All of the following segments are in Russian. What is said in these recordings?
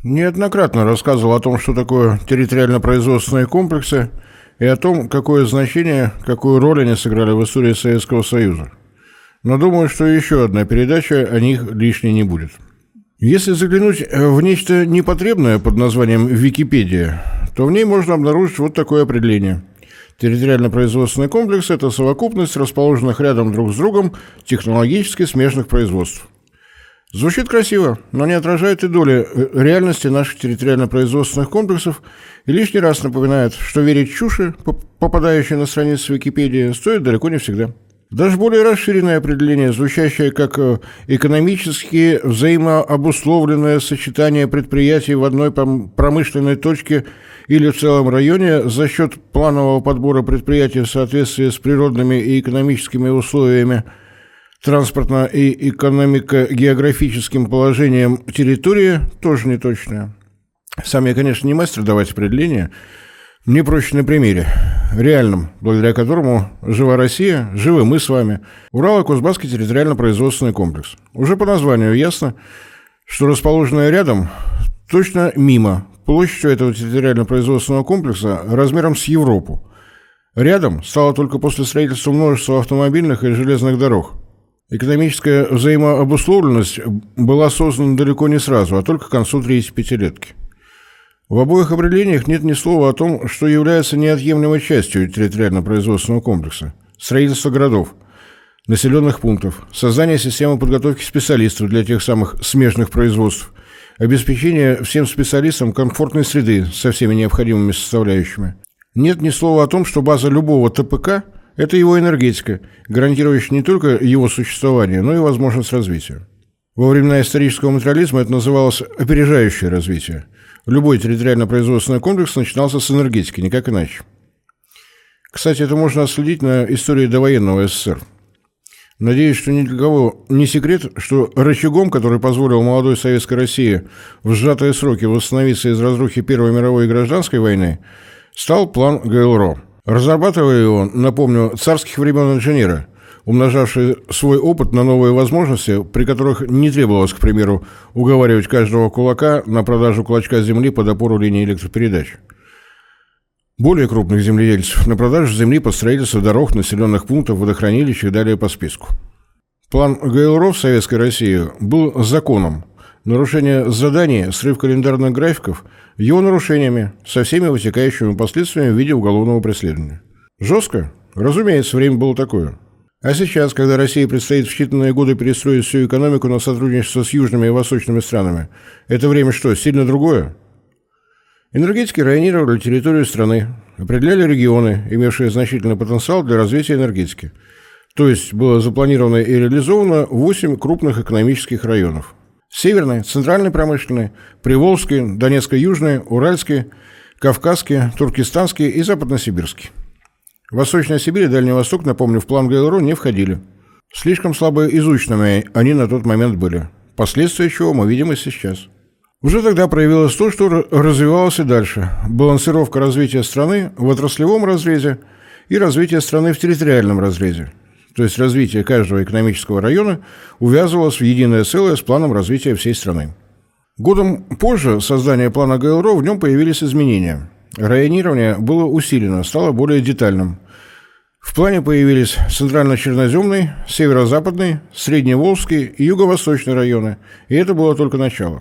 Неоднократно рассказывал о том, что такое территориально-производственные комплексы и о том, какое значение, какую роль они сыграли в истории Советского Союза. Но думаю, что еще одна передача о них лишней не будет. Если заглянуть в нечто непотребное под названием «Википедия», то в ней можно обнаружить вот такое определение. Территориально-производственный комплекс – это совокупность расположенных рядом друг с другом технологически смежных производств. Звучит красиво, но не отражает и доли реальности наших территориально-производственных комплексов и лишний раз напоминает, что верить чуши, попадающей на страницы Википедии, стоит далеко не всегда. Даже более расширенное определение, звучащее как экономически взаимообусловленное сочетание предприятий в одной промышленной точке или в целом районе за счет планового подбора предприятий в соответствии с природными и экономическими условиями, транспортно- и экономико-географическим положением территории, тоже неточное. Сам я, конечно, не мастер давать определения. Мне проще на примере, реальном, благодаря которому жива Россия, живы мы с вами. Урало-Кузбасский территориально-производственный комплекс. Уже по названию ясно, что расположенное рядом точно мимо. Площадью этого территориально-производственного комплекса размером с Европу. Рядом стало только после строительства множества автомобильных и железных дорог. Экономическая взаимообусловленность была создана далеко не сразу, а только к концу 35-летки. В обоих определениях нет ни слова о том, что является неотъемлемой частью территориально-производственного комплекса. Строительство городов, населенных пунктов, создание системы подготовки специалистов для тех самых смежных производств, обеспечение всем специалистам комфортной среды со всеми необходимыми составляющими. Нет ни слова о том, что база любого ТПК – это его энергетика, гарантирующая не только его существование, но и возможность развития. Во времена исторического материализма это называлось опережающее развитие. Любой территориально-производственный комплекс начинался с энергетики, никак иначе. Кстати, это можно отследить на истории довоенного СССР. Надеюсь, что ни для кого не секрет, что рычагом, который позволил молодой советской России в сжатые сроки восстановиться из разрухи Первой мировой и Гражданской войны, стал план ГЛРО. Разрабатывая его, напомню, царских времен инженеры, умножавшие свой опыт на новые возможности, при которых не требовалось, к примеру, уговаривать каждого кулака на продажу клочка земли под опору линии электропередач. Более крупных земледельцев на продажу земли под строительство дорог, населенных пунктов, водохранилищ и далее по списку. План ГЛРО в Советской России был законом. Нарушение заданий, срыв календарных графиков – его нарушениями, со всеми вытекающими последствиями в виде уголовного преследования. Жестко? Разумеется, время было такое. А сейчас, когда России предстоит в считанные годы перестроить всю экономику на сотрудничество с южными и восточными странами, это время что, сильно другое? Энергетики районировали территорию страны, определяли регионы, имевшие значительный потенциал для развития энергетики. То есть было запланировано и реализовано 8 крупных экономических районов. Северный, Центральный промышленный, Приволжский, Донецко-Южный, Уральский, Кавказский, Туркестанский и Западносибирский. Восточная Сибирь и Дальний Восток, напомню, в план ГЛРО не входили. Слишком слабо изученными они на тот момент были, последствия чего мы видим и сейчас. Уже тогда проявилось то, что развивалось и дальше. Балансировка развития страны в отраслевом разрезе и развитие страны в территориальном разрезе. То есть развитие каждого экономического района увязывалось в единое целое с планом развития всей страны. Годом позже создания плана ГЛРО в нем появились изменения. Районирование было усилено, стало более детальным. В плане появились Центрально-Черноземный, Северо-Западный, Средневолжский и Юго-Восточный районы, и это было только начало.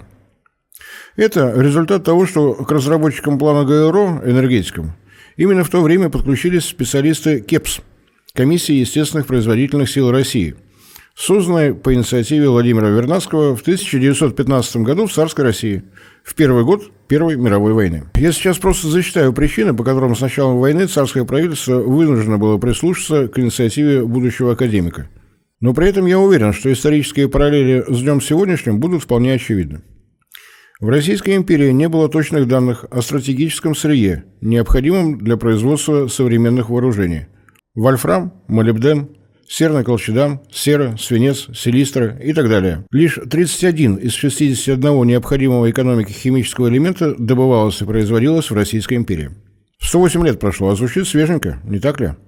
Это результат того, что к разработчикам плана ГЛРО, энергетикам, именно в то время подключились специалисты КЕПС, Комиссии естественных производительных сил России, созданной по инициативе Владимира Вернадского в 1915 году в царской России, в первый год Первой мировой войны. Я сейчас просто зачитаю причины, по которым с началом войны царское правительство вынуждено было прислушаться к инициативе будущего академика. Но при этом я уверен, что исторические параллели с днем сегодняшним будут вполне очевидны. В Российской империи не было точных данных о стратегическом сырье, необходимом для производства современных вооружений. Вольфрам, молибден, серный колчедан, сера, свинец, селистра и так далее. Лишь 31 из 61 необходимого экономике химического элемента добывалось и производилось в Российской империи. 108 лет прошло, а звучит свеженько, не так ли?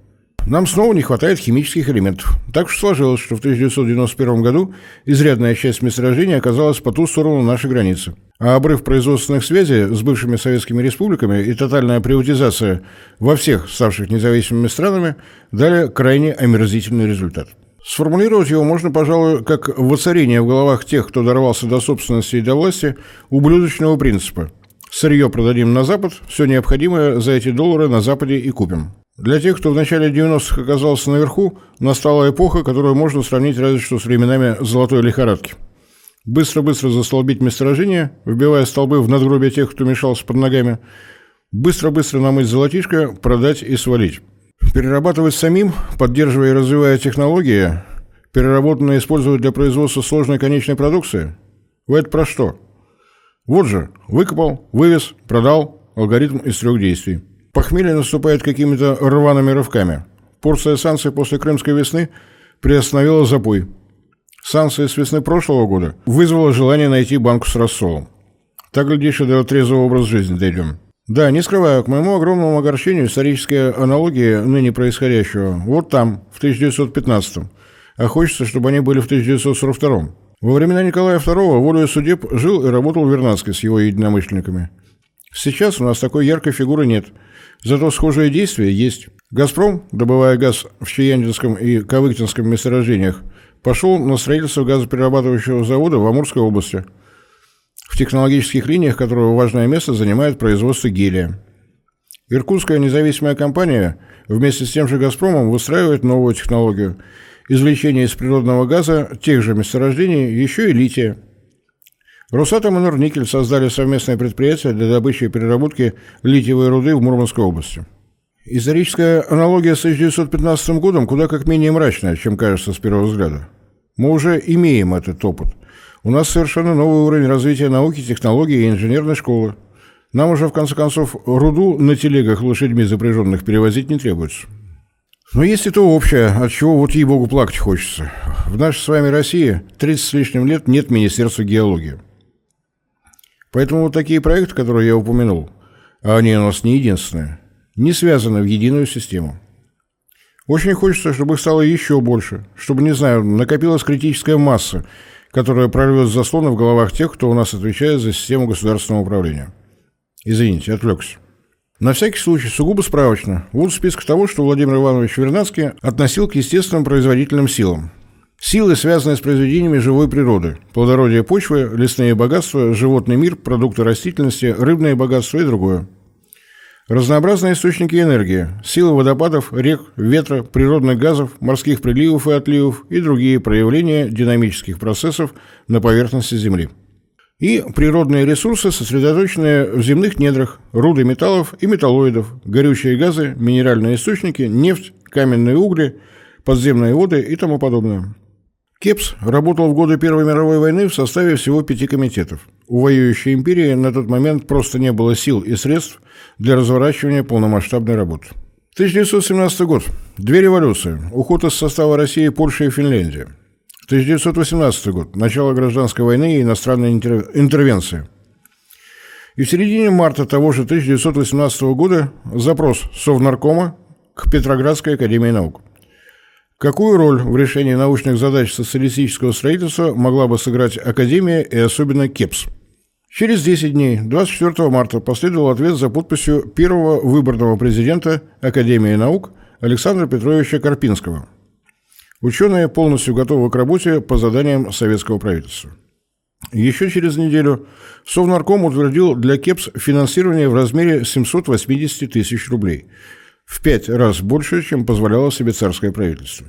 нам снова не хватает химических элементов. Так уж сложилось, что в 1991 году изрядная часть месторождений оказалась по ту сторону нашей границы. А обрыв производственных связей с бывшими советскими республиками и тотальная приватизация во всех ставших независимыми странами дали крайне омерзительный результат. Сформулировать его можно, пожалуй, как воцарение в головах тех, кто дорвался до собственности и до власти, ублюдочного принципа. Сырье продадим на Запад, все необходимое за эти доллары на Западе и купим. Для тех, кто в начале 90-х оказался наверху, настала эпоха, которую можно сравнить разве что с временами золотой лихорадки. Быстро-быстро застолбить месторождения, вбивая столбы в надгробие тех, кто мешался под ногами. Быстро-быстро намыть золотишко, продать и свалить. Перерабатывать самим, поддерживая и развивая технологии, переработанные использовать для производства сложной конечной продукции? Вы это про что? Вот же, выкопал, вывез, продал, алгоритм из 3 действий. Похмелье наступает какими-то рваными рывками. Порция санкций после Крымской весны приостановила запой. Санкции с весны прошлого года вызвало желание найти банку с рассолом. Так, глядишь, и до трезвого образа жизни дойдем. Да, не скрываю, к моему огромному огорчению исторические аналогии ныне происходящего вот там, в 1915-м, а хочется, чтобы они были в 1942-м. Во времена Николая II волею судеб жил и работал Вернадский с его единомышленниками. Сейчас у нас такой яркой фигуры нет, зато схожие действия есть. «Газпром», добывая газ в Чаяндинском и Кавыктинском месторождениях, пошел на строительство газоперерабатывающего завода в Амурской области, в технологических линиях которого важное место занимает производство гелия. Иркутская независимая компания вместе с тем же «Газпромом» выстраивает новую технологию – извлечение из природного газа тех же месторождений еще и лития. Росатом и Норникель создали совместное предприятие для добычи и переработки литиевой руды в Мурманской области. Историческая аналогия с 1915 годом куда как менее мрачная, чем кажется с первого взгляда. Мы уже имеем этот опыт. У нас совершенно новый уровень развития науки, технологий и инженерной школы. Нам уже, в конце концов, руду на телегах лошадьми запряженных перевозить не требуется. Но есть и то общее, от чего вот ей-богу плакать хочется. В нашей с вами России 30 с лишним лет нет Министерства геологии. Поэтому вот такие проекты, которые я упомянул, а они у нас не единственные, не связаны в единую систему. Очень хочется, чтобы их стало еще больше, чтобы, не знаю, накопилась критическая масса, которая прорвет заслоны в головах тех, кто у нас отвечает за систему государственного управления. Извините, отвлекся. На всякий случай, сугубо справочно, вот список того, что Владимир Иванович Вернадский относил к естественным производительным силам. Силы, связанные с произведениями живой природы, плодородие почвы, лесные богатства, животный мир, продукты растительности, рыбные богатства и другое. Разнообразные источники энергии, силы водопадов, рек, ветра, природных газов, морских приливов и отливов и другие проявления динамических процессов на поверхности Земли. И природные ресурсы, сосредоточенные в земных недрах, руды металлов и металлоидов, горючие газы, минеральные источники, нефть, каменные угли, подземные воды и тому подобное. КЕПС работал в годы Первой мировой войны в составе всего 5 комитетов. У воюющей империи на тот момент просто не было сил и средств для разворачивания полномасштабной работы. 1917 год. 2 революции. Уход из состава России, Польши и Финляндии. 1918 год. Начало гражданской войны и иностранной интервенции. И в середине марта того же 1918 года запрос Совнаркома к Петроградской академии наук. Какую роль в решении научных задач социалистического строительства могла бы сыграть Академия и особенно КЕПС? Через 10 дней, 24 марта, последовал ответ за подписью первого выборного президента Академии наук Александра Петровича Карпинского. Ученые полностью готовы к работе по заданиям советского правительства. Еще через неделю Совнарком утвердил для КЕПС финансирование в размере 780 тысяч рублей, в 5 раз больше, чем позволяло себе царское правительство.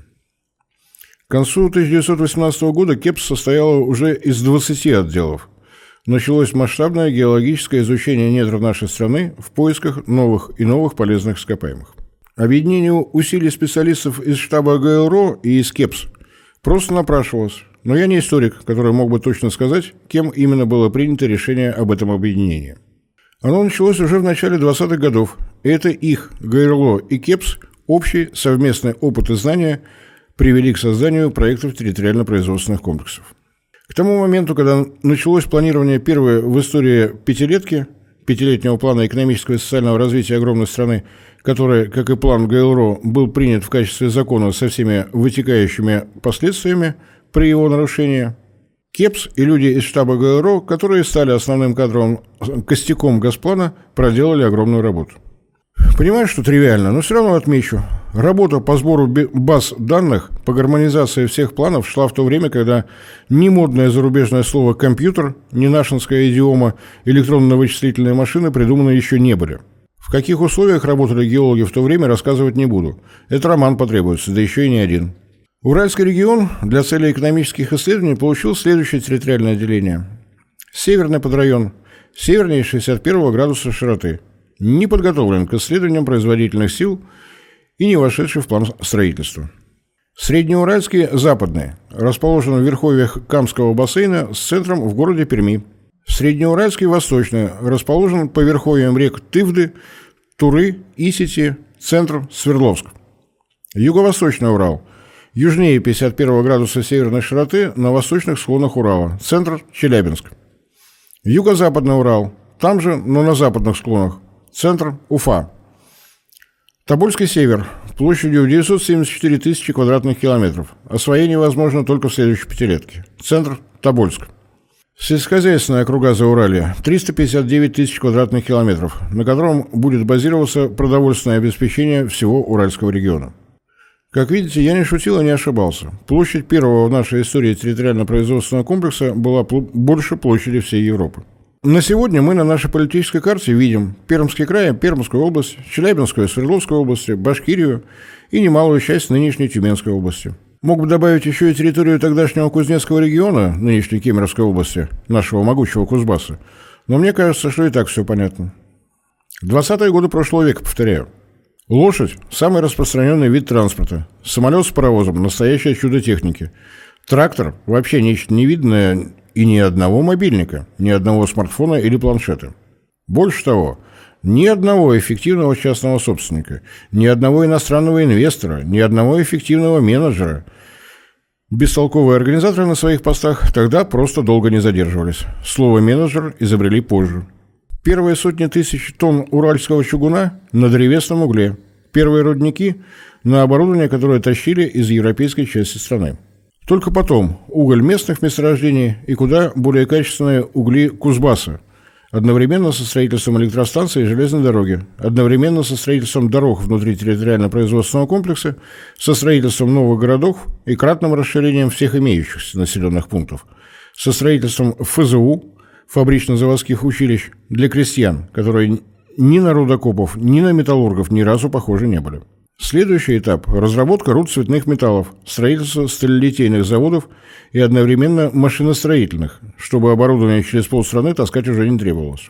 К концу 1918 года КЕПС состояла уже из 20 отделов. Началось масштабное геологическое изучение недр нашей страны в поисках новых и новых полезных ископаемых. Объединение усилий специалистов из штаба ГЛРО и из КЕПС просто напрашивалось, но я не историк, который мог бы точно сказать, кем именно было принято решение об этом объединении. Оно началось уже в начале 20-х годов, и это их, ГЛРО и КЕПС, общий совместный опыт и знания привели к созданию проектов территориально-производственных комплексов. К тому моменту, когда началось планирование первой в истории пятилетки, пятилетнего плана экономического и социального развития огромной страны, который, как и план ГЛРО, был принят в качестве закона со всеми вытекающими последствиями при его нарушении, КЕПС и люди из штаба ГЛРО, которые стали основным кадровым костяком Госплана, проделали огромную работу. Понимаю, что тривиально, но все равно отмечу. Работа по сбору баз данных, по гармонизации всех планов шла в то время, когда ни модное зарубежное слово «компьютер», ни нашинская идиома «электронно-вычислительные машины» придуманы еще не были. В каких условиях работали геологи в то время, рассказывать не буду. Это роман потребуется, да еще и не один. Уральский регион для целей экономических исследований получил следующее территориальное отделение. Северный подрайон, севернее 61 градуса широты. Не подготовлен к исследованиям производительных сил и не вошедший в план строительства. Среднеуральский западный, расположен в верховьях Камского бассейна с центром в городе Перми. Среднеуральский восточный, расположен по верховьям рек Тывды, Туры, Исити, центр Свердловск. Юго-восточный Урал, южнее 51 градуса северной широты на восточных склонах Урала, центр Челябинск. Юго-западный Урал, там же, но на западных склонах, центр Уфа. Тобольский север, площадью 974 тысячи квадратных километров. Освоение возможно только в следующей пятилетке. Центр Тобольск. Сельскохозяйственная округа Зауралья, 359 тысяч квадратных километров, на котором будет базироваться продовольственное обеспечение всего Уральского региона. Как видите, я не шутил и не ошибался. Площадь первого в нашей истории территориально-производственного комплекса была больше площади всей Европы. На сегодня мы на нашей политической карте видим Пермский край, Пермскую область, Челябинскую, Свердловскую области, Башкирию и немалую часть нынешней Тюменской области. Мог бы добавить еще и территорию тогдашнего Кузнецкого региона, нынешней Кемеровской области, нашего могучего Кузбасса. Но мне кажется, что и так все понятно. 20-е годы прошлого века, повторяю. Лошадь – самый распространенный вид транспорта. Самолет с паровозом – настоящее чудо техники. Трактор – вообще нечто невиданное. И ни одного мобильника, ни одного смартфона или планшета. Больше того, ни одного эффективного частного собственника, ни одного иностранного инвестора, ни одного эффективного менеджера. Бестолковые организаторы на своих постах тогда просто долго не задерживались. Слово «менеджер» изобрели позже. Первые сотни тысяч тонн уральского чугуна на древесном угле. Первые рудники на оборудование, которое тащили из европейской части страны. Только потом уголь местных месторождений и куда более качественные угли Кузбасса, одновременно со строительством электростанции и железной дороги, одновременно со строительством дорог внутри территориально-производственного комплекса, со строительством новых городов и кратным расширением всех имеющихся населенных пунктов, со строительством ФЗУ, фабрично-заводских училищ для крестьян, которые ни на рудокопов, ни на металлургов ни разу похожи не были. Следующий этап – разработка руд цветных металлов, строительство сталелитейных заводов и одновременно машиностроительных, чтобы оборудование через полстраны таскать уже не требовалось.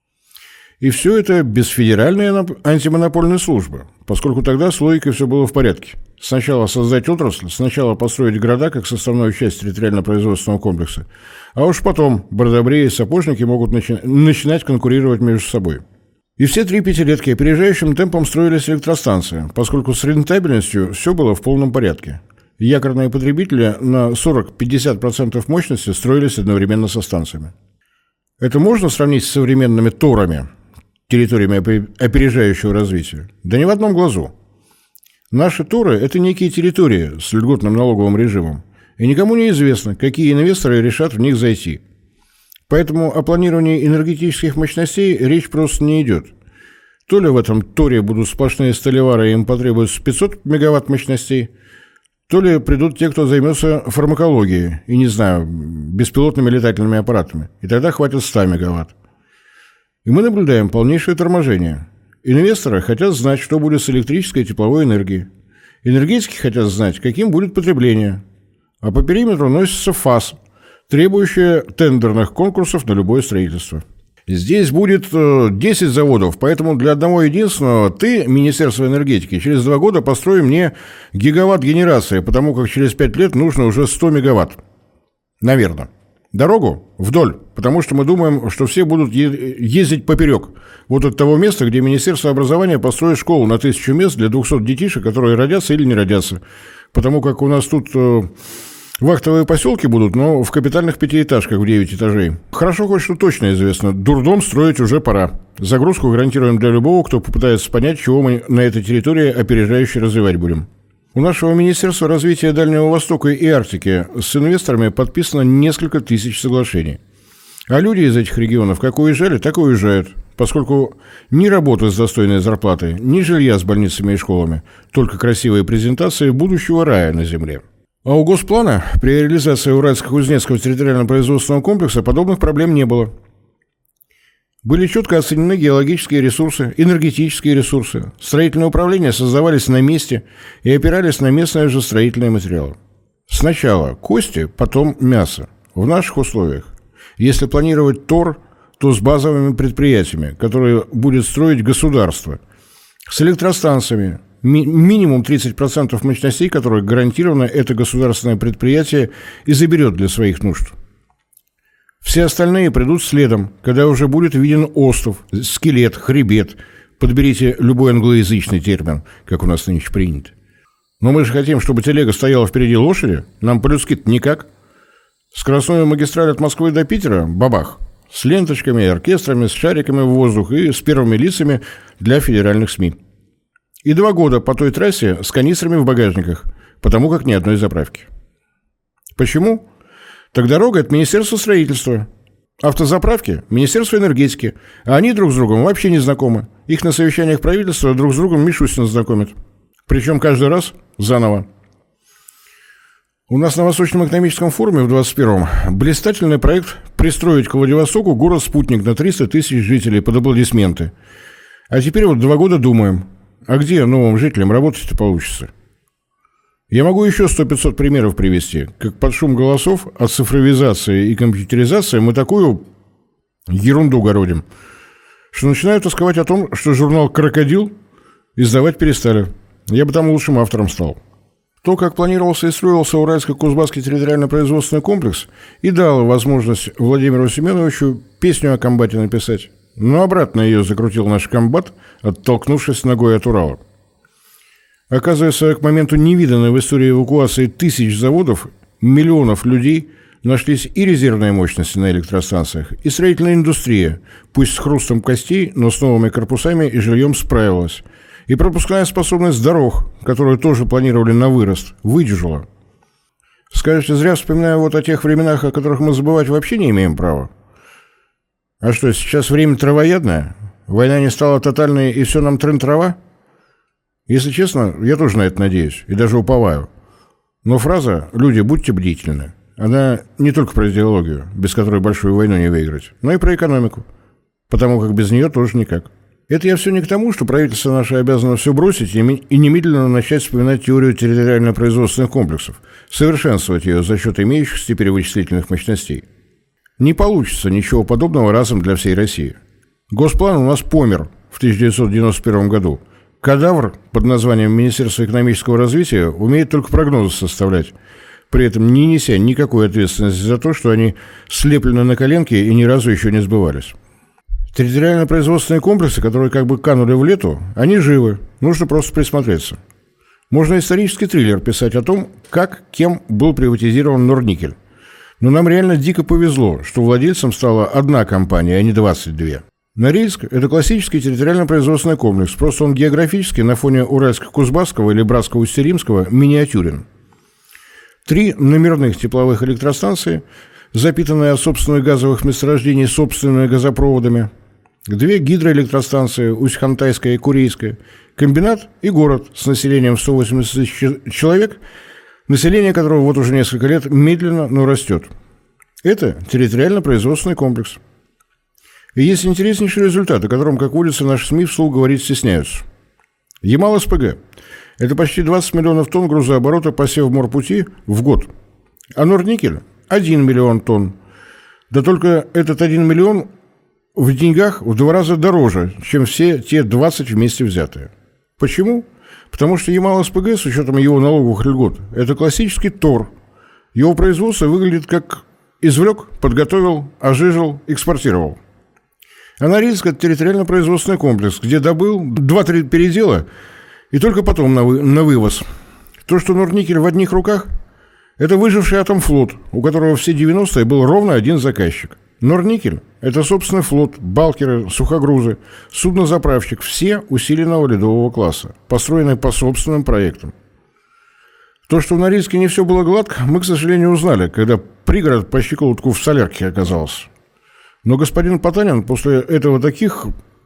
И все это без федеральной антимонопольной службы, поскольку тогда с логикой все было в порядке. Сначала создать отрасль, сначала построить города как составную часть территориально-производственного комплекса, а уж потом бродобреи и сапожники могут начинать конкурировать между собой. И все 3 пятилетки опережающим темпом строились электростанции, поскольку с рентабельностью все было в полном порядке. Якорные потребители на 40-50% мощности строились одновременно со станциями. Это можно сравнить с современными торами, территориями опережающего развития? Да ни в одном глазу. Наши торы – это некие территории с льготным налоговым режимом, и никому не известно, какие инвесторы решат в них зайти. Поэтому о планировании энергетических мощностей речь просто не идет. То ли в этом торе будут сплошные сталевары, и им потребуется 500 мегаватт мощностей, то ли придут те, кто займется фармакологией и, не знаю, беспилотными летательными аппаратами, и тогда хватит 100 мегаватт. И мы наблюдаем полнейшее торможение. Инвесторы хотят знать, что будет с электрической и тепловой энергией. Энергетики хотят знать, каким будет потребление. А по периметру носится ФАС, требующая тендерных конкурсов на любое строительство. Здесь будет 10 заводов, поэтому для одного единственного ты, Министерство энергетики, через 2 года построй мне гигаватт генерации, потому как через 5 лет нужно уже 100 мегаватт. Наверное. Дорогу вдоль, потому что мы думаем, что все будут ездить поперек. Вот от того места, где Министерство образования построит школу на 1000 мест для 200 детишек, которые родятся или не родятся. Потому как у нас тут Вахтовые поселки будут, но в капитальных пятиэтажках в 9 этажей. Хорошо хоть что точно известно. Дурдом строить уже пора. Загрузку гарантируем для любого, кто попытается понять, чего мы на этой территории опережающе развивать будем. У нашего Министерства развития Дальнего Востока и Арктики с инвесторами подписано несколько тысяч соглашений. А люди из этих регионов как уезжали, так и уезжают, поскольку ни работы с достойной зарплатой, ни жилья с больницами и школами, только красивые презентации будущего рая на земле. А у Госплана при реализации Уральско-Кузнецкого территориально-производственного комплекса подобных проблем не было. Были четко оценены геологические ресурсы, энергетические ресурсы. Строительные управления создавались на месте и опирались на местные же строительные материалы. Сначала кости, потом мясо. В наших условиях. Если планировать ТОР, то с базовыми предприятиями, которые будет строить государство. С электростанциями. Минимум 30% мощностей, которые гарантированно это государственное предприятие и заберет для своих нужд. Все остальные придут следом, когда уже будет виден остров, скелет, хребет. Подберите любой англоязычный термин, как у нас нынче принято. Но мы же хотим, чтобы телега стояла впереди лошади. Нам по-людски-то никак. Скоростную магистраль от Москвы до Питера – бабах. С ленточками, оркестрами, с шариками в воздух и с первыми лицами для федеральных СМИ. И 2 года по той трассе с канистрами в багажниках, потому как ни одной заправки. Почему? Так дорога – это Министерство строительства. Автозаправки – Министерство энергетики. А они друг с другом вообще не знакомы. Их на совещаниях правительства друг с другом Мишустин знакомит. Причем каждый раз заново. У нас на Восточном экономическом форуме в 21-м блистательный проект пристроить к Владивостоку город-спутник на 300 тысяч жителей под аплодисменты. А теперь вот 2 года думаем, а где новым жителям работать-то получится? Я могу еще 100-500 примеров привести, как под шум голосов от цифровизации и компьютеризации мы такую ерунду городим, что начинают тосковать о том, что журнал «Крокодил» издавать перестали. Я бы там лучшим автором стал. То, как планировался и строился Уральско-Кузбасский территориально-производственный комплекс, и дало возможность Владимиру Семеновичу песню о комбате написать. Но обратно ее закрутил наш комбат, оттолкнувшись ногой от Урала. Оказывается, к моменту невиданной в истории эвакуации тысяч заводов, миллионов людей, нашлись и резервные мощности на электростанциях, и строительная индустрия, пусть с хрустом костей, но с новыми корпусами и жильем справилась, и пропускная способность дорог, которую тоже планировали на вырост, выдержала. Скажете, зря вспоминаю вот о тех временах, о которых мы забывать вообще не имеем права. А что, сейчас время травоядное? Война не стала тотальной, и все нам трын-трава? Если честно, я тоже на это надеюсь и даже уповаю. Но фраза «люди, будьте бдительны», она не только про идеологию, без которой большую войну не выиграть, но и про экономику, потому как без нее тоже никак. Это я все не к тому, что правительство наше обязано все бросить и немедленно начать вспоминать теорию территориально-производственных комплексов, совершенствовать ее за счет имеющихся теперь вычислительных мощностей. Не получится ничего подобного разом для всей России. Госплан у нас помер в 1991 году. Кадавр под названием Министерство экономического развития умеет только прогнозы составлять, при этом не неся никакой ответственности за то, что они слеплены на коленке и ни разу еще не сбывались. Территориально-производственные комплексы, которые как бы канули в лету, они живы, нужно просто присмотреться. Можно исторический триллер писать о том, как, кем был приватизирован Норникель. Но нам реально дико повезло, что владельцем стала одна компания, а не 22. Норильск – это классический территориально-производственный комплекс, просто он географически на фоне Уральско-Кузбасского или Братско-Усть-Илимского миниатюрен. 3 номерных тепловых электростанции, запитанные от собственных газовых месторождений собственными газопроводами, 2 гидроэлектростанции, Усть-Хантайская и Курейская, комбинат и город с населением 180 тысяч человек, население которого вот уже несколько лет медленно, но растет. Это территориально-производственный комплекс. И есть интереснейший результат, о котором, как водится, наши СМИ вслух говорить стесняются. Ямал-СПГ – это почти 20 миллионов тонн грузооборота по Севморпути в год. А Норникель – 1 миллион тонн. Да только этот 1 миллион в деньгах в 2 раза дороже, чем все те 20 вместе взятые. Почему? Потому что Ямал-СПГ, с учетом его налоговых льгот, это классический ТОР. Его производство выглядит как извлек, подготовил, ожижил, экспортировал. А Норильск – это территориально-производственный комплекс, где добыл 2-3 передела и только потом на вывоз. То, что Норникель в одних руках, Это выживший Атомфлот, у которого все 90-е был ровно один заказчик. Норникель – это собственный флот, балкеры, сухогрузы, суднозаправщик, все усиленного ледового класса, построенные по собственным проектам. То, что в Норильске не все было гладко, мы, к сожалению, узнали, когда пригород по щиколотку в солярке оказался. Но господин Потанин после этого таких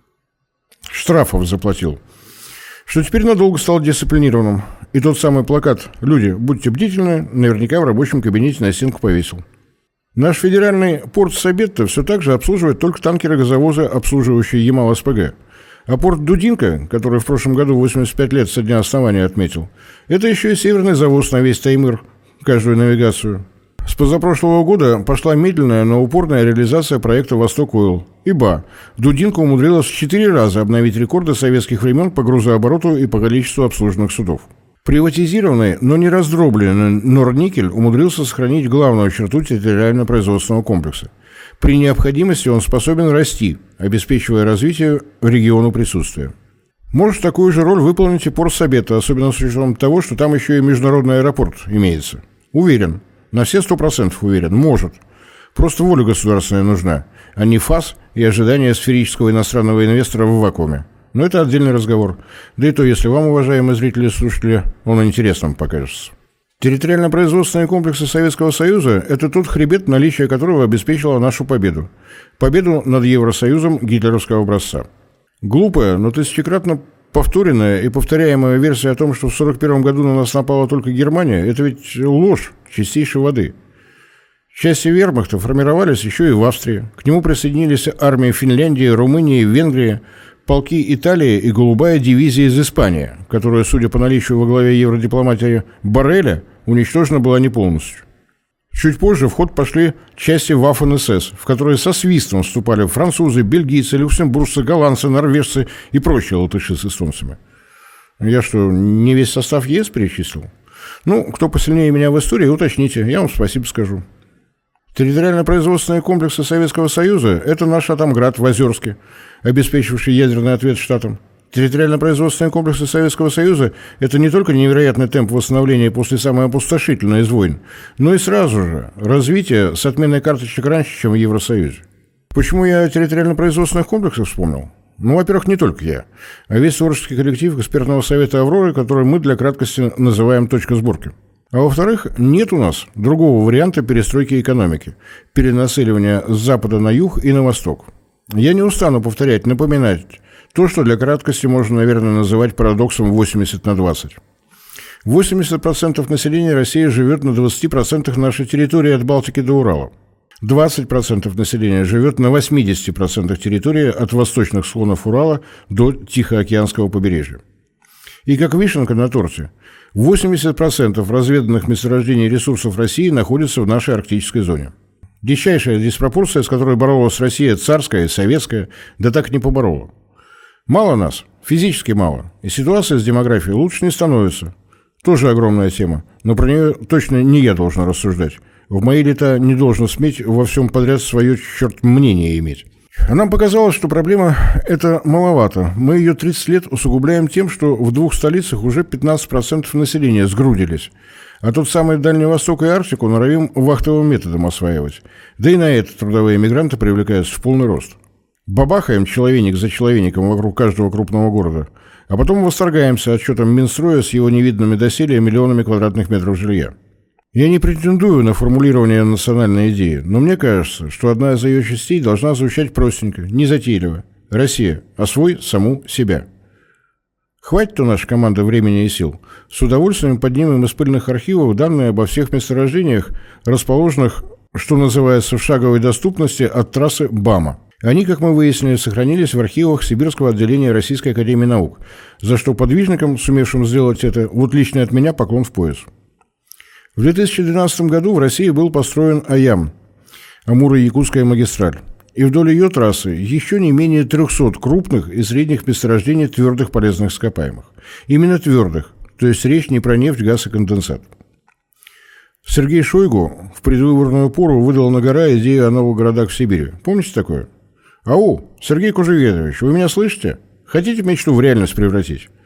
штрафов заплатил, что теперь надолго стал дисциплинированным. И тот самый плакат «Люди, будьте бдительны» наверняка в рабочем кабинете на стенку повесил. Наш федеральный порт Сабетта все так же обслуживает только танкеры-газовозы, обслуживающие Ямал-СПГ. А порт Дудинка, который в прошлом году 85 лет со дня основания отметил, это еще и северный завоз на весь Таймыр, каждую навигацию. С позапрошлого года пошла медленная, но упорная реализация проекта «Восток-Ойл». Ибо Дудинка умудрилась в 4 раза обновить рекорды советских времен по грузообороту и по количеству обслуженных судов. Приватизированный, но не раздробленный Норникель умудрился сохранить главную черту территориально-производственного комплекса. При необходимости он способен расти, обеспечивая развитие региону присутствия. Может такую же роль выполнить и порт Сабетта, особенно с учетом того, что там еще и международный аэропорт имеется. Уверен, на все 100% уверен, может. Просто воля государственная нужна, а не фас и ожидание сферического иностранного инвестора в вакууме. Но это отдельный разговор. Да и то, если вам, уважаемые зрители и слушатели, он интересным покажется. Территориально-производственные комплексы Советского Союза – это тот хребет, наличие которого обеспечило нашу победу. Победу над Евросоюзом гитлеровского образца. Глупая, но тысячекратно повторенная и повторяемая версия о том, что в 1941 году на нас напала только Германия – это ведь ложь чистейшей воды. Части вермахта формировались еще и в Австрии. К нему присоединились армии Финляндии, Румынии, Венгрии, полки Италии и голубая дивизия из Испании, которая, судя по наличию во главе евродипломатии Борреля, уничтожена была не полностью. Чуть позже в ход пошли части Waffen-СС, в которые со свистом вступали французы, бельгийцы, люксембуржцы, голландцы, норвежцы и прочие латыши с эстонцами. Я что, не весь состав ЕС перечислил? Ну, кто посильнее меня в истории, уточните, я вам спасибо скажу. Территориально-производственные комплексы Советского Союза – это наш Атомград в Озерске, обеспечивший ядерный ответ штатам. Территориально-производственные комплексы Советского Союза – это не только невероятный темп восстановления после самой опустошительной из войн, но и сразу же развитие с отменой карточек раньше, чем в Евросоюзе. Почему я о территориально-производственных комплексах вспомнил? Ну, во-первых, не только я, а весь творческий коллектив экспертного совета «Авроры», который мы для краткости называем «Точка сборки». А во-вторых, нет у нас другого варианта перестройки экономики, перенаселивания с запада на юг и на восток. Я не устану повторять, напоминать то, что для краткости можно, наверное, называть парадоксом 80/20. 80% населения России живет на 20% нашей территории от Балтики до Урала. 20% населения живет на 80% территории от восточных склонов Урала до Тихоокеанского побережья. И как вишенка на торте, 80% разведанных месторождений ресурсов России находятся в нашей арктической зоне. Дичайшая диспропорция, с которой боролась Россия царская и советская, да так и не поборола. Мало нас, физически мало, и ситуация с демографией лучше не становится. Тоже огромная тема, но про нее точно не я должен рассуждать. В мои лета не должен сметь во всем подряд свое, черт, мнение иметь. А нам показалось, что проблема эта маловато. Мы ее 30 лет усугубляем тем, что в 2 столицах уже 15% населения сгрудились. А тот самый Дальний Восток и Арктику норовим вахтовым методом осваивать. Да и на это трудовые мигранты привлекаются в полный рост. Бабахаем человейник за человейником вокруг каждого крупного города, а потом восторгаемся отчетом Минстроя с его невиданными доселе миллионами квадратных метров жилья. Я не претендую на формулирование национальной идеи, но мне кажется, что одна из ее частей должна звучать простенько, незатейливо. Россия, освой саму себя. Хватит у нашей команды времени и сил. С удовольствием поднимем из пыльных архивов данные обо всех месторождениях, расположенных, что называется, в шаговой доступности от трассы БАМа. Они, как мы выяснили, сохранились в архивах Сибирского отделения Российской академии наук, за что подвижникам, сумевшим сделать это, вот лично от меня поклон в пояс. В 2012 году в России был построен АЯМ, Амуро-Якутская магистраль, и вдоль ее трассы еще не менее 300 крупных и средних месторождений твердых полезных ископаемых. Именно твердых, то есть речь не про нефть, газ и конденсат. Сергей Шойгу в предвыборную пору выдал на гора идею о новых городах в Сибири. Помните такое? Ау, Сергей Кужеветович, вы меня слышите? Хотите мечту в реальность превратить?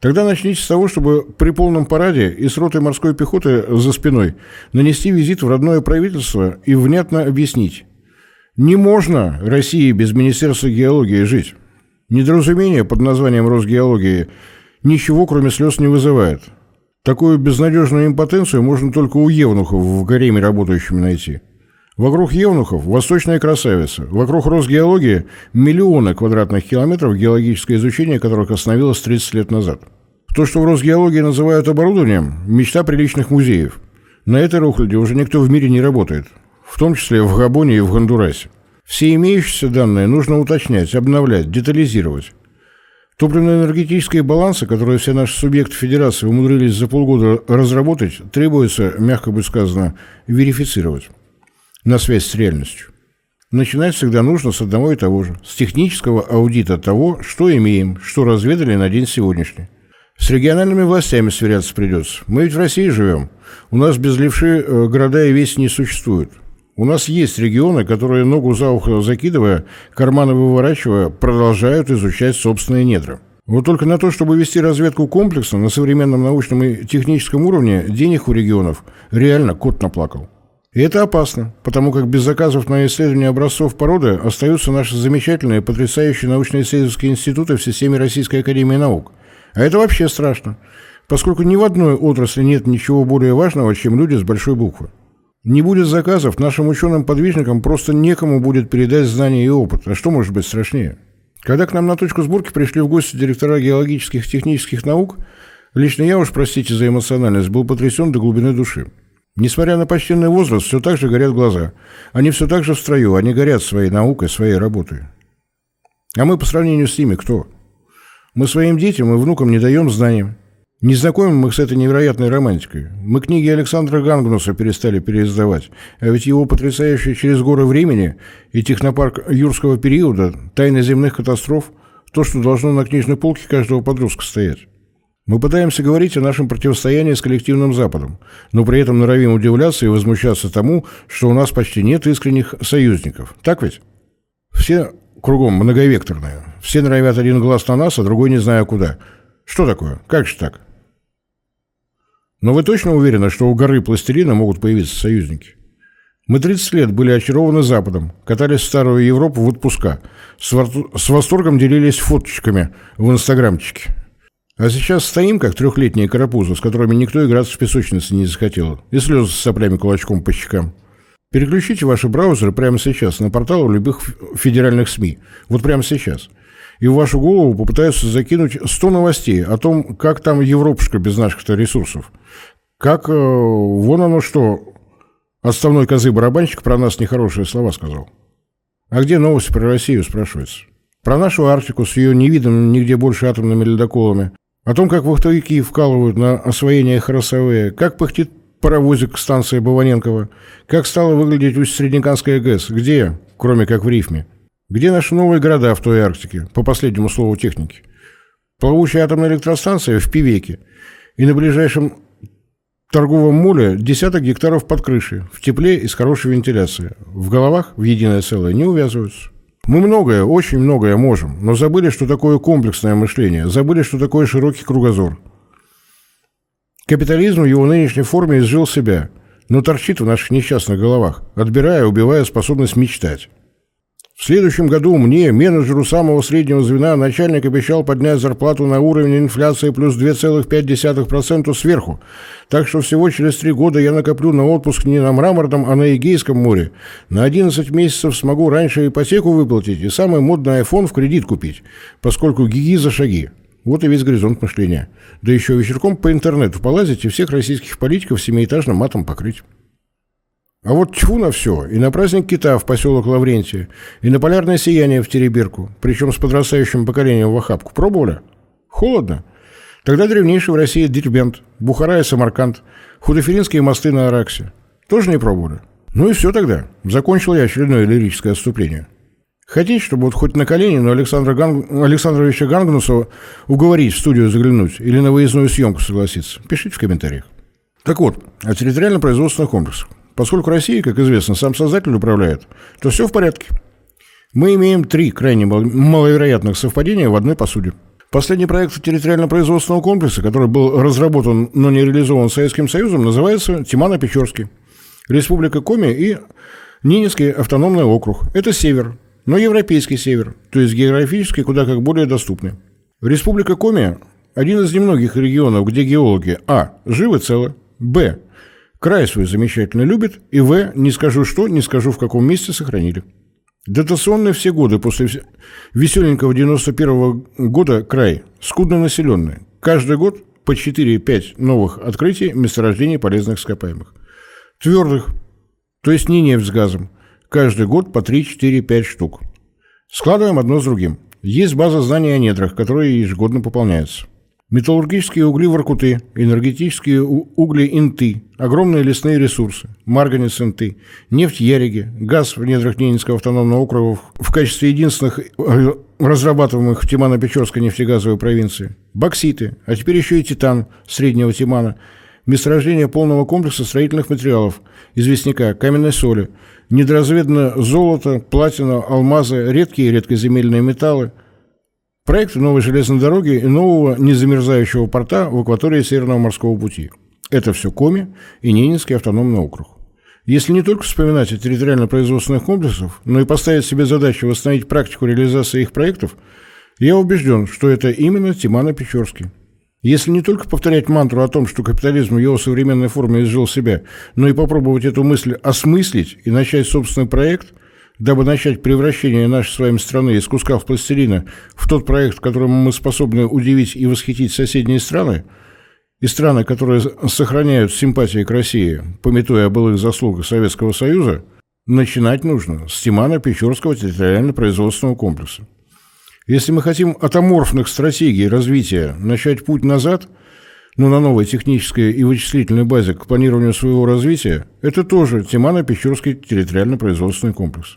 Тогда начните с того, чтобы при полном параде и с ротой морской пехоты за спиной нанести визит в родное правительство и внятно объяснить. Не можно России без Министерства геологии жить. Недоразумение под названием Росгеологии ничего, кроме слез, не вызывает. Такую безнадежную импотенцию можно только у евнухов в гареме работающими найти. Вокруг евнухов восточная красавица, вокруг Росгеологии миллионы квадратных километров, геологическое изучение которых остановилось 30 лет назад. То, что в Росгеологии называют оборудованием, мечта приличных музеев. На этой рухляде уже никто в мире не работает, в том числе в Габоне и в Гондурасе. Все имеющиеся данные нужно уточнять, обновлять, детализировать. Топливно-энергетические балансы, которые все наши субъекты Федерации умудрились за полгода разработать, требуется, мягко бы сказано, верифицировать на связь с реальностью. Начинать всегда нужно с одного и того же, с технического аудита того, что имеем, что разведали на день сегодняшний. С региональными властями сверяться придется. Мы ведь в России живем. У нас без левши города и веси не существуют. У нас есть регионы, которые, ногу за ухо закидывая, карманы выворачивая, продолжают изучать собственные недра. Вот только на то, чтобы вести разведку комплексно на современном научном и техническом уровне, денег у регионов реально кот наплакал. И это опасно, потому как без заказов на исследование образцов породы остаются наши замечательные, потрясающие научно-исследовательские институты в системе Российской академии наук. А это вообще страшно, поскольку ни в одной отрасли нет ничего более важного, чем люди с большой буквы. Не будет заказов, нашим ученым-подвижникам просто некому будет передать знания и опыт. А что может быть страшнее? Когда к нам на точку сборки пришли в гости директора геологических и технических наук, лично я, уж простите за эмоциональность, был потрясен до глубины души. Несмотря на почтенный возраст, все так же горят глаза. Они все так же в строю, они горят своей наукой, своей работой. А мы по сравнению с ними кто? Мы своим детям и внукам не даем знаний. Не знакомим их с этой невероятной романтикой. Мы книги Александра Гангнуса перестали переиздавать, а ведь его потрясающие «Через горы времени» и технопарк юрского периода, «Тайны земных катастроф» — то, что должно на книжной полке каждого подростка стоять. Мы пытаемся говорить о нашем противостоянии с коллективным Западом, но при этом норовим удивляться и возмущаться тому, что у нас почти нет искренних союзников. Так ведь? Все кругом многовекторные. Все норовят один глаз на нас, а другой не зная куда. Что такое? Как же так? Но вы точно уверены, что у горы пластилина могут появиться союзники? Мы 30 лет были очарованы Западом, катались в Старую Европу в отпуска, с восторгом делились фоточками в инстаграмчике. А сейчас стоим, как трехлетние карапузы, с которыми никто играться в песочнице не захотел, и слезы с соплями кулачком по щекам. Переключите ваши браузеры прямо сейчас на порталы любых федеральных СМИ. Вот прямо сейчас. И в вашу голову попытаются закинуть 100 новостей о том, как там Европушка без наших-то ресурсов. Как, вон оно что, отставной козы-барабанщик про нас нехорошие слова сказал. А где новости про Россию, спрашивается? Про нашу Арктику с ее невиданными нигде больше атомными ледоколами. О том, как вахтовики вкалывают на освоение ХРСВ, как пыхтит паровозик к станции Баваненкова, как стала выглядеть Усть-Среднеканская ГЭС, где, кроме как в рифме, где наши новые города в той Арктике, по последнему слову техники, плавучая атомная электростанция в Пивеке, и на ближайшем торговом моле десяток гектаров под крышей, в тепле и с хорошей вентиляцией. В головах в единое целое не увязываются. Мы многое, очень многое можем, но забыли, что такое комплексное мышление, забыли, что такое широкий кругозор. Капитализм в его нынешней форме изжил себя, но торчит в наших несчастных головах, отбирая, убивая способность мечтать. В следующем году мне, менеджеру самого среднего звена, начальник обещал поднять зарплату на уровень инфляции плюс 2,5% сверху. Так что всего через 3 года я накоплю на отпуск не на Мраморном, а на Эгейском море. На 11 месяцев смогу раньше ипотеку выплатить и самый модный iPhone в кредит купить, поскольку гиги за шаги. Вот и весь горизонт мышления. Да еще вечерком по интернету полазить и всех российских политиков семиэтажным матом покрыть. А вот тьфу на все, и на праздник кита в поселок Лаврентия, и на полярное сияние в Тереберку, причем с подрастающим поколением в охапку. Пробовали? Холодно? Тогда древнейший в России Дербент, Бухара и Самарканд, худоферинские мосты на Араксе. Тоже не пробовали? Ну и все тогда. Закончил я очередное лирическое отступление. Хотите, чтобы вот хоть на Калинину Александровича Гангнусова уговорить в студию заглянуть или на выездную съемку согласиться? Пишите в комментариях. Так вот, о территориально-производственных комплексах. Поскольку Россия, как известно, сам создатель управляет, то все в порядке. Мы имеем 3 крайне маловероятных совпадения в одной посуде. Последний проект территориально-производственного комплекса, который был разработан, но не реализован Советским Союзом, называется Тимано-Печорский. Республика Коми и Ненецкий автономный округ. Это север, но европейский север, то есть географически куда как более доступный. Республика Коми – один из немногих регионов, где геологи а. живы целы, б. край свой замечательно любят, и в. не скажу что, не скажу в каком месте сохранили. Дотационный все годы после веселенького 91-го года край, скудно населенный. Каждый год по 4-5 новых открытий месторождений полезных ископаемых. Твердых, то есть не нефть с газом, каждый год по 3, 4, 5 штук. Складываем одно с другим. Есть база знаний о недрах, которая ежегодно пополняется. Металлургические угли Воркуты, энергетические угли Инты, огромные лесные ресурсы, марганец Инты, нефть Яриги, газ в недрах Ненецкого автономного округа в качестве единственных разрабатываемых в Тимано-Печорской нефтегазовой провинции, бокситы, а теперь еще и титан среднего Тимана, месторождение полного комплекса строительных материалов, известняка, каменной соли, недоразведано золото, платина, алмазы, редкие и редкоземельные металлы, проект новой железной дороги и нового незамерзающего порта в акватории Северного морского пути. Это все Коми и Ненецкий автономный округ. Если не только вспоминать о территориально-производственных комплексах, но и поставить себе задачу восстановить практику реализации их проектов, я убежден, что это именно Тимано-Печорский. Если не только повторять мантру о том, что капитализм в его современной форме изжил себя, но и попробовать эту мысль осмыслить и начать собственный проект, дабы начать превращение нашей с вами страны из куска в пластилина в тот проект, которым мы способны удивить и восхитить соседние страны, и страны, которые сохраняют симпатии к России, памятуя о былых заслугах Советского Союза, начинать нужно с Тимано-Печорского территориально-производственного комплекса. Если мы хотим от аморфных стратегий развития начать путь назад, но на новой технической и вычислительной базе к планированию своего развития, это тоже Тимано-Печорский территориально-производственный комплекс.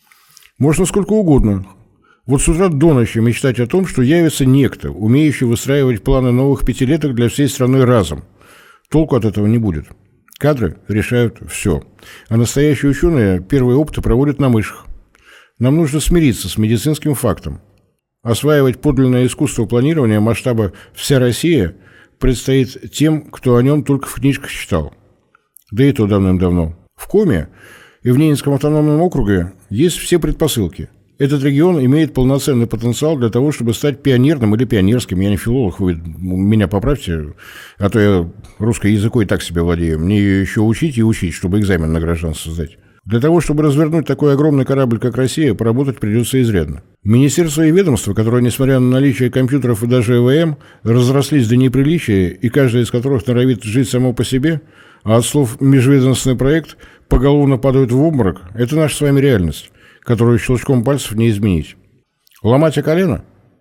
Можно сколько угодно. Вот с утра до ночи мечтать о том, что явится некто, умеющий выстраивать планы новых пятилеток для всей страны разом. Толку от этого не будет. Кадры решают все. А настоящие ученые первые опыты проводят на мышах. Нам нужно смириться с медицинским фактом. Осваивать подлинное искусство планирования масштаба «вся Россия» предстоит тем, кто о нем только в книжках читал. Да и то давным-давно. В Коми и в Ненецком автономном округе есть все предпосылки. Этот регион имеет полноценный потенциал для того, чтобы стать пионерным или пионерским. Я не филолог, вы меня поправьте, а то я русским языком и так себе владею. Мне еще учить и учить, чтобы экзамен на гражданство сдать. Для того, чтобы развернуть такой огромный корабль, как Россия, поработать придется изрядно. Министерства и ведомства, которые, несмотря на наличие компьютеров и даже ЭВМ, разрослись до неприличия, и каждая из которых норовит жить само по себе, а от слов «межведомственный проект» поголовно падают в обморок, это наша с вами реальность, которую щелчком пальцев не изменить. Ломать о колено?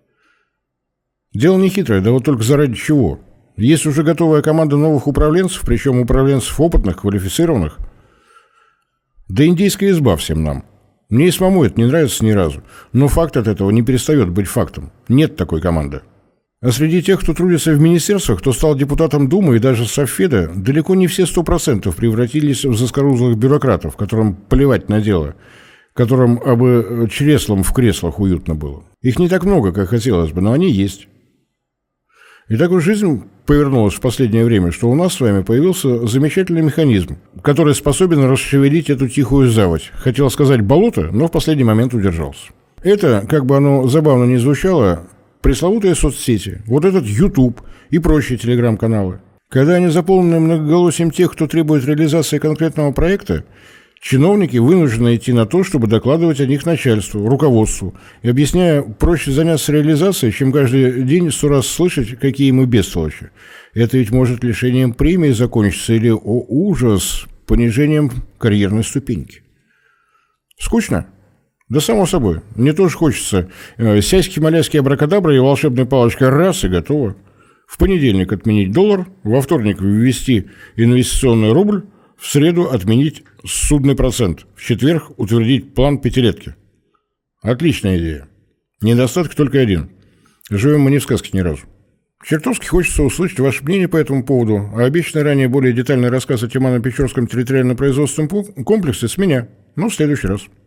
Дело не хитрое, да вот только заради чего. Есть уже готовая команда новых управленцев, причем управленцев опытных, квалифицированных. Да индейская изба всем нам. Мне и самому это не нравится ни разу. Но факт от этого не перестает быть фактом. Нет такой команды. А среди тех, кто трудится в министерствах, кто стал депутатом Думы и даже Совфеда, далеко не все 100% превратились в заскорузлых бюрократов, которым плевать на дело, которым абы чреслом в креслах уютно было. Их не так много, как хотелось бы, но они есть. И так уж жизнь повернулась в последнее время, что у нас с вами появился замечательный механизм, который способен расшевелить эту тихую заводь. Хотел сказать болото, но в последний момент удержался. Это, как бы оно забавно ни звучало, пресловутые соцсети, вот этот YouTube и прочие телеграм-каналы. Когда они заполнены многоголосием тех, кто требует реализации конкретного проекта, чиновники вынуждены идти на то, чтобы докладывать о них начальству, руководству, и объясняя, проще заняться реализацией, чем каждый день 100 раз слышать, какие мы бестолочи. Это ведь может лишением премии закончиться или, о ужас, понижением карьерной ступеньки. Скучно? Да само собой. Мне тоже хочется. Сяськи-маляськи абракадабра и волшебной палочкой раз и готово. В понедельник отменить доллар, во вторник ввести инвестиционный рубль, в среду отменить ссудный процент, в четверг утвердить план пятилетки. Отличная идея. Недостаток только один. Живем мы не в сказке ни разу. Чертовски хочется услышать ваше мнение по этому поводу, а обещанный ранее более детальный рассказ о Тимано-Печорском территориально-производственном комплексе с меня. В следующий раз.